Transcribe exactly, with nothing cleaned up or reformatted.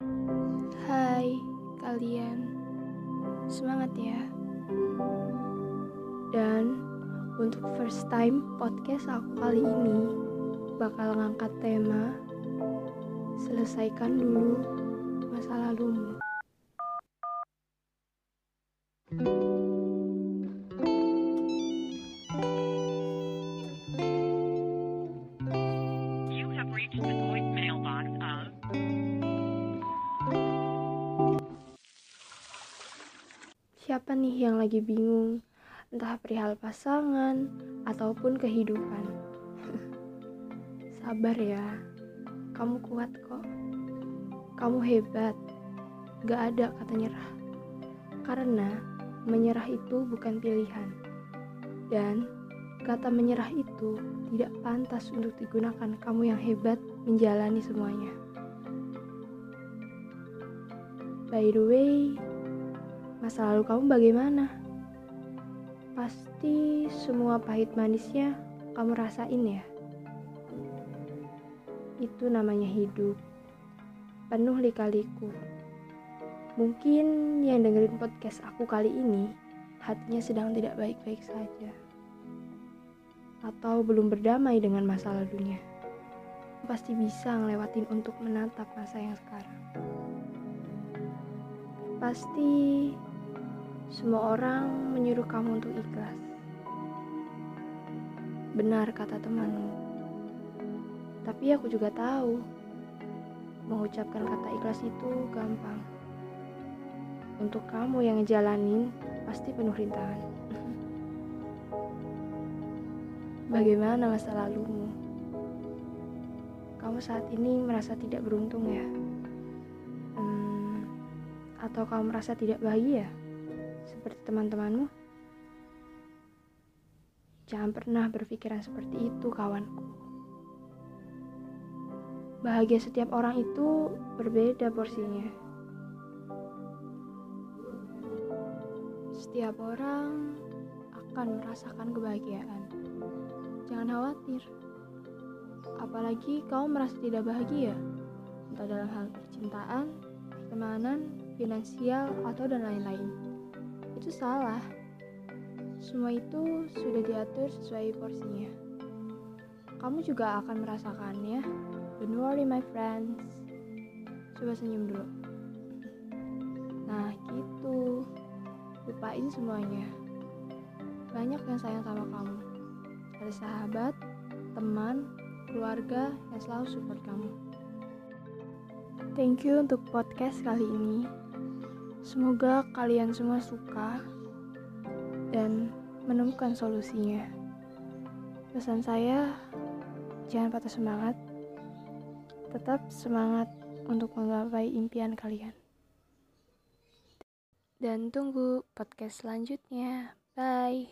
Hai kalian, semangat ya. Dan untuk first time podcast aku kali ini bakal ngangkat tema selesaikan dulu masa lalumu. You have reached the voicemail box of Siapa nih yang lagi bingung, entah perihal pasangan ataupun kehidupan? Sabar ya, kamu kuat kok. Kamu hebat, gak ada kata nyerah. Karena menyerah itu bukan pilihan. Dan kata menyerah itu tidak pantas untuk digunakan kamu yang hebat menjalani semuanya. By the way, masa lalu kamu bagaimana? Pasti semua pahit manisnya kamu rasain ya? Itu namanya hidup, penuh lika-liku. Mungkin yang dengerin podcast aku kali ini hatinya sedang tidak baik-baik saja, atau belum berdamai dengan masa lalunya. Pasti bisa ngelewatin untuk menatap masa yang sekarang. Pasti semua orang menyuruh kamu untuk ikhlas. Benar kata temanmu. Tapi aku juga tahu, mengucapkan kata ikhlas itu gampang. Untuk kamu yang ngejalanin, pasti penuh rintangan. Bagaimana masa lalumu? Kamu saat ini merasa tidak beruntung ya? Hmm, atau kamu merasa tidak bahagia? Seperti teman-temanmu? Jangan pernah berpikiran seperti itu, kawanku. Bahagia setiap orang itu berbeda porsinya. Setiap orang akan merasakan kebahagiaan. Jangan khawatir. Apalagi kamu merasa tidak bahagia, entah dalam hal percintaan, pertemanan, finansial, atau dan lain-lain. Itu salah. Semua itu sudah diatur sesuai porsinya. Kamu juga akan merasakannya. Don't worry my friends. Coba senyum dulu. Nah gitu. Lupain semuanya. Banyak yang sayang sama kamu. Ada sahabat, teman, keluarga yang selalu support kamu. Thank you untuk podcast kali ini. Semoga kalian semua suka dan menemukan solusinya. Pesan saya, jangan patah semangat. Tetap semangat untuk menggapai impian kalian. Dan tunggu podcast selanjutnya. Bye.